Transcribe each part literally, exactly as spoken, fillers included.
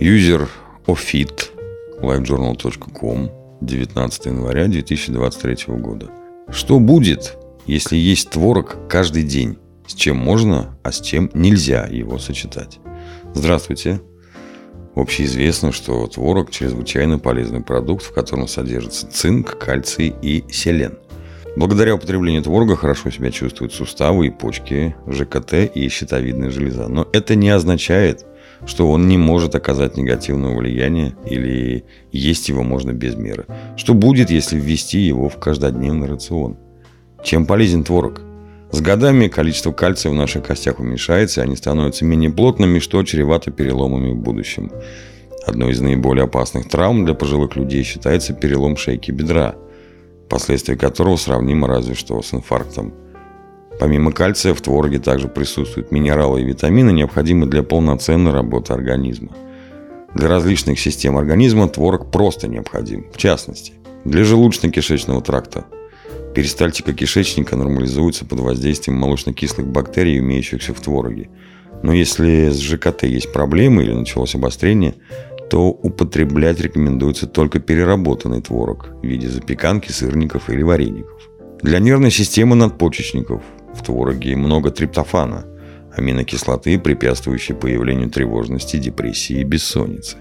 User ofit, лайфджорнал точка ком, девятнадцатого января две тысячи двадцать третьего года. Что будет, если есть творог каждый день? С чем можно, а с чем нельзя его сочетать? Здравствуйте. Общеизвестно, что творог чрезвычайно полезный продукт, в котором содержится цинк, кальций и селен. Благодаря употреблению творога хорошо себя чувствуют суставы и почки, ЖКТ и щитовидная железа. Но это не означает, что он не может оказать негативное влияние или есть его можно без меры. Что будет, если ввести его в каждодневный рацион? Чем полезен творог? С годами количество кальция в наших костях уменьшается, и они становятся менее плотными, что чревато переломами в будущем. Одной из наиболее опасных травм для пожилых людей считается перелом шейки бедра, последствия которого сравнимо разве что с инфарктом. Помимо кальция в твороге также присутствуют минералы и витамины, необходимые для полноценной работы организма. Для различных систем организма творог просто необходим. В частности, для желудочно-кишечного тракта. Перистальтика кишечника нормализуется под воздействием молочно-кислых бактерий, имеющихся в твороге. Но если с ЖКТ есть проблемы или началось обострение, то употреблять рекомендуется только переработанный творог в виде запеканки, сырников или вареников. Для нервной системы надпочечников в твороге много триптофана, аминокислоты, препятствующие появлению тревожности, депрессии и бессонницы.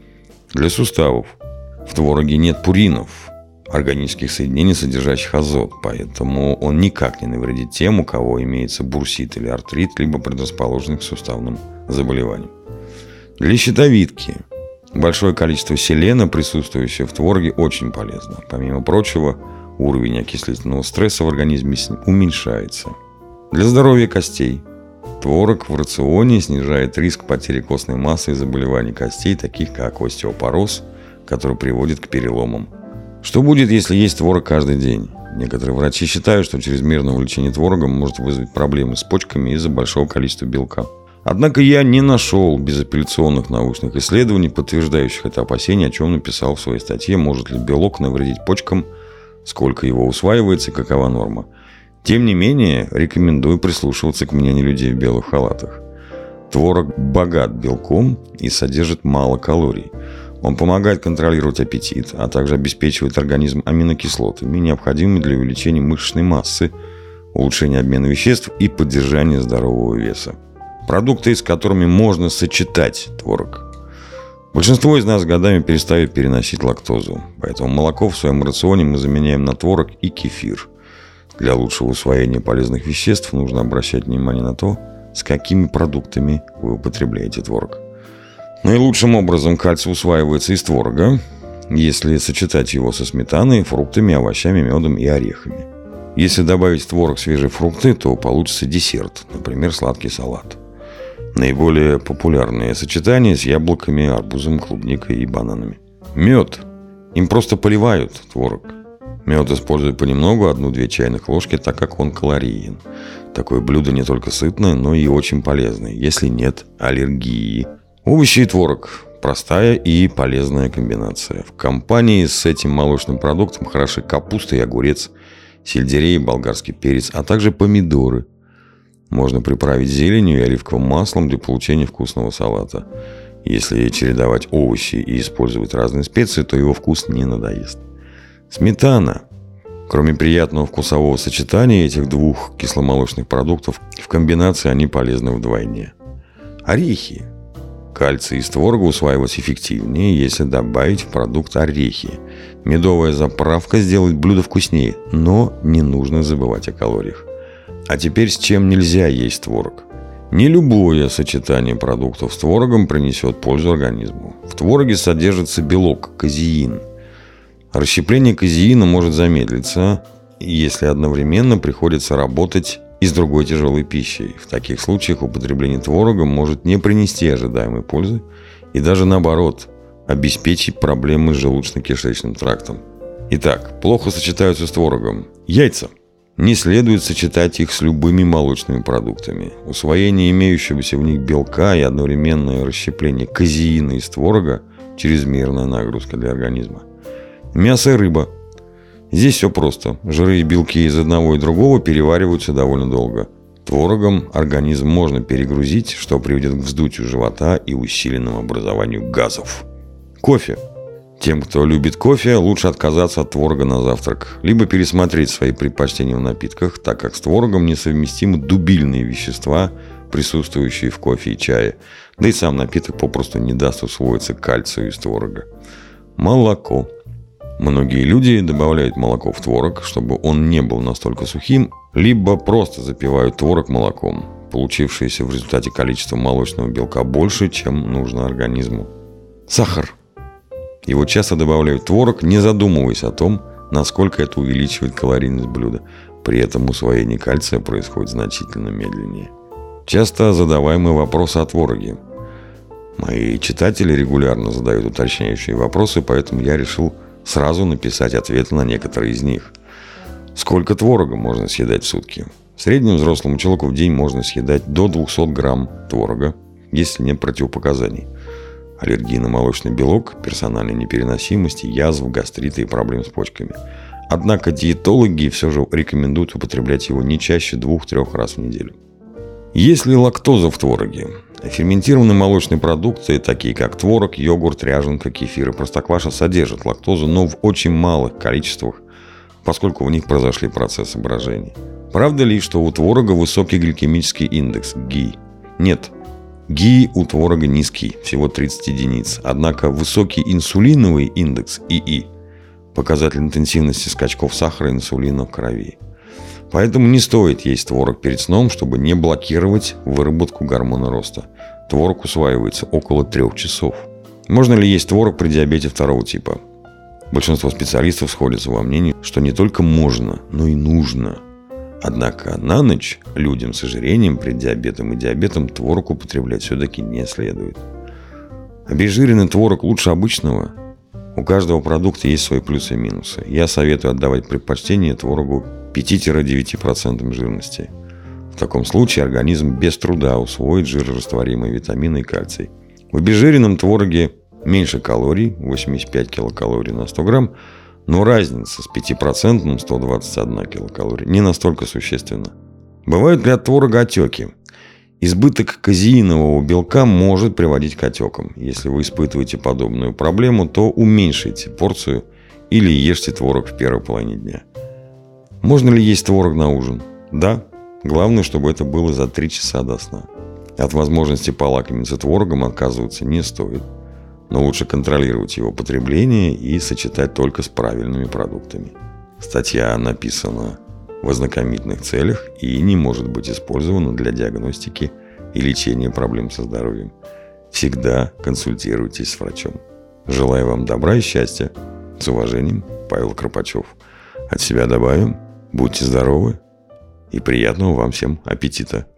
Для суставов в твороге нет пуринов, органических соединений, содержащих азот, поэтому он никак не навредит тем, у кого имеется бурсит или артрит, либо предрасположенных к суставным заболеваниям. Для щитовидки большое количество селена, присутствующего в твороге, очень полезно. Помимо прочего, уровень окислительного стресса в организме уменьшается. Для здоровья костей творог в рационе снижает риск потери костной массы и заболеваний костей, таких как остеопороз, который приводит к переломам. Что будет, если есть творог каждый день? Некоторые врачи считают, что чрезмерное увлечение творогом может вызвать проблемы с почками из-за большого количества белка. Однако я не нашел безапелляционных научных исследований, подтверждающих это опасение, о чем написал в своей статье «Может ли белок навредить почкам?», сколько его усваивается и какова норма. Тем не менее, рекомендую прислушиваться к мнению людей в белых халатах. Творог богат белком и содержит мало калорий. Он помогает контролировать аппетит, а также обеспечивает организм аминокислотами, необходимыми для увеличения мышечной массы, улучшения обмена веществ и поддержания здорового веса. Продукты, с которыми можно сочетать творог. Большинство из нас с годами перестают переносить лактозу, поэтому молоко в своем рационе мы заменяем на творог и кефир. Для лучшего усвоения полезных веществ нужно обращать внимание на то, с какими продуктами вы употребляете творог. Наилучшим образом кальций усваивается из творога, если сочетать его со сметаной, фруктами, овощами, медом и орехами. Если добавить в творог свежие фрукты, то получится десерт, например, сладкий салат. Наиболее популярные сочетания с яблоками, арбузом, клубникой и бананами. Мед. Им просто поливают творог. Мед используют понемногу, одну-две чайных ложки, так как он калориен. Такое блюдо не только сытное, но и очень полезное, если нет аллергии. Овощи и творог. Простая и полезная комбинация. В компании с этим молочным продуктом хороши капуста и огурец, сельдерей и болгарский перец, а также помидоры. Можно приправить зеленью и оливковым маслом для получения вкусного салата. Если чередовать овощи и использовать разные специи, то его вкус не надоест. Сметана. Кроме приятного вкусового сочетания этих двух кисломолочных продуктов, в комбинации они полезны вдвойне. Орехи. Кальций из творога усваивается эффективнее, если добавить в продукт орехи. Медовая заправка сделает блюдо вкуснее, но не нужно забывать о калориях. А теперь с чем нельзя есть творог? Не любое сочетание продуктов с творогом принесет пользу организму. В твороге содержится белок казеин. Расщепление казеина может замедлиться, если одновременно приходится работать и с другой тяжелой пищей. В таких случаях употребление творога может не принести ожидаемой пользы и даже наоборот обеспечить проблемы с желудочно-кишечным трактом. Итак, плохо сочетаются с творогом яйца. Не следует сочетать их с любыми молочными продуктами. Усвоение имеющегося в них белка и одновременное расщепление казеина из творога – чрезмерная нагрузка для организма. Мясо и рыба. Здесь все просто. Жиры и белки из одного и другого перевариваются довольно долго. Творогом организм можно перегрузить, что приведет к вздутию живота и усиленному образованию газов. Кофе. Тем, кто любит кофе, лучше отказаться от творога на завтрак, либо пересмотреть свои предпочтения в напитках, так как с творогом несовместимы дубильные вещества, присутствующие в кофе и чае, да и сам напиток попросту не даст усвоиться кальцию из творога. Молоко. Многие люди добавляют молоко в творог, чтобы он не был настолько сухим, либо просто запивают творог молоком. Получившееся в результате количество молочного белка больше, чем нужно организму. Сахар. Его часто добавляют в творог, не задумываясь о том, насколько это увеличивает калорийность блюда. При этом усвоение кальция происходит значительно медленнее. Часто задаваемый вопрос о твороге. Мои читатели регулярно задают уточняющие вопросы, поэтому я решил сразу написать ответы на некоторые из них. Сколько творога можно съедать в сутки? В среднем взрослому человеку в день можно съедать до двести грамм творога, если нет противопоказаний. Аллергии на молочный белок, персональной непереносимости, язв, гастрита и проблем с почками. Однако диетологи все же рекомендуют употреблять его не чаще двух-трех раз в неделю. Есть ли лактоза в твороге? Ферментированные молочные продукты, такие как творог, йогурт, ряженка, кефир и простокваша, содержат лактозу, но в очень малых количествах, поскольку в них произошли процессы брожения. Правда ли, что у творога высокий гликемический индекс ГИ? Нет. ГИ у творога низкий, всего тридцать единиц. Однако высокий инсулиновый индекс ИИ – показатель интенсивности скачков сахара и инсулина в крови. Поэтому не стоит есть творог перед сном, чтобы не блокировать выработку гормона роста. Творог усваивается около трех часов. Можно ли есть творог при диабете второго типа? Большинство специалистов сходятся во мнении, что не только можно, но и нужно. Однако на ночь людям с ожирением, преддиабетом и диабетом творог употреблять все-таки не следует. Обезжиренный творог лучше обычного. У каждого продукта есть свои плюсы и минусы. Я советую отдавать предпочтение творогу пять-девять процентов жирности. В таком случае организм без труда усвоит жирорастворимые витамины и кальций. В обезжиренном твороге меньше калорий, восемьдесят пять килокалорий на сто грамм, но разница с пятипроцентным сто двадцать одна килокалория не настолько существенна. Бывают ли от творога отеки? Избыток казеинового белка может приводить к отекам. Если вы испытываете подобную проблему, то уменьшите порцию или ешьте творог в первой половине дня. Можно ли есть творог на ужин? Да. Главное, чтобы это было за три часа до сна. От возможности полакомиться творогом отказываться не стоит. Но лучше контролировать его потребление и сочетать только с правильными продуктами. Статья написана в ознакомительных целях и не может быть использована для диагностики и лечения проблем со здоровьем. Всегда консультируйтесь с врачом. Желаю вам добра и счастья. С уважением, Павел Кропачев. От себя добавим: будьте здоровы и приятного вам всем аппетита!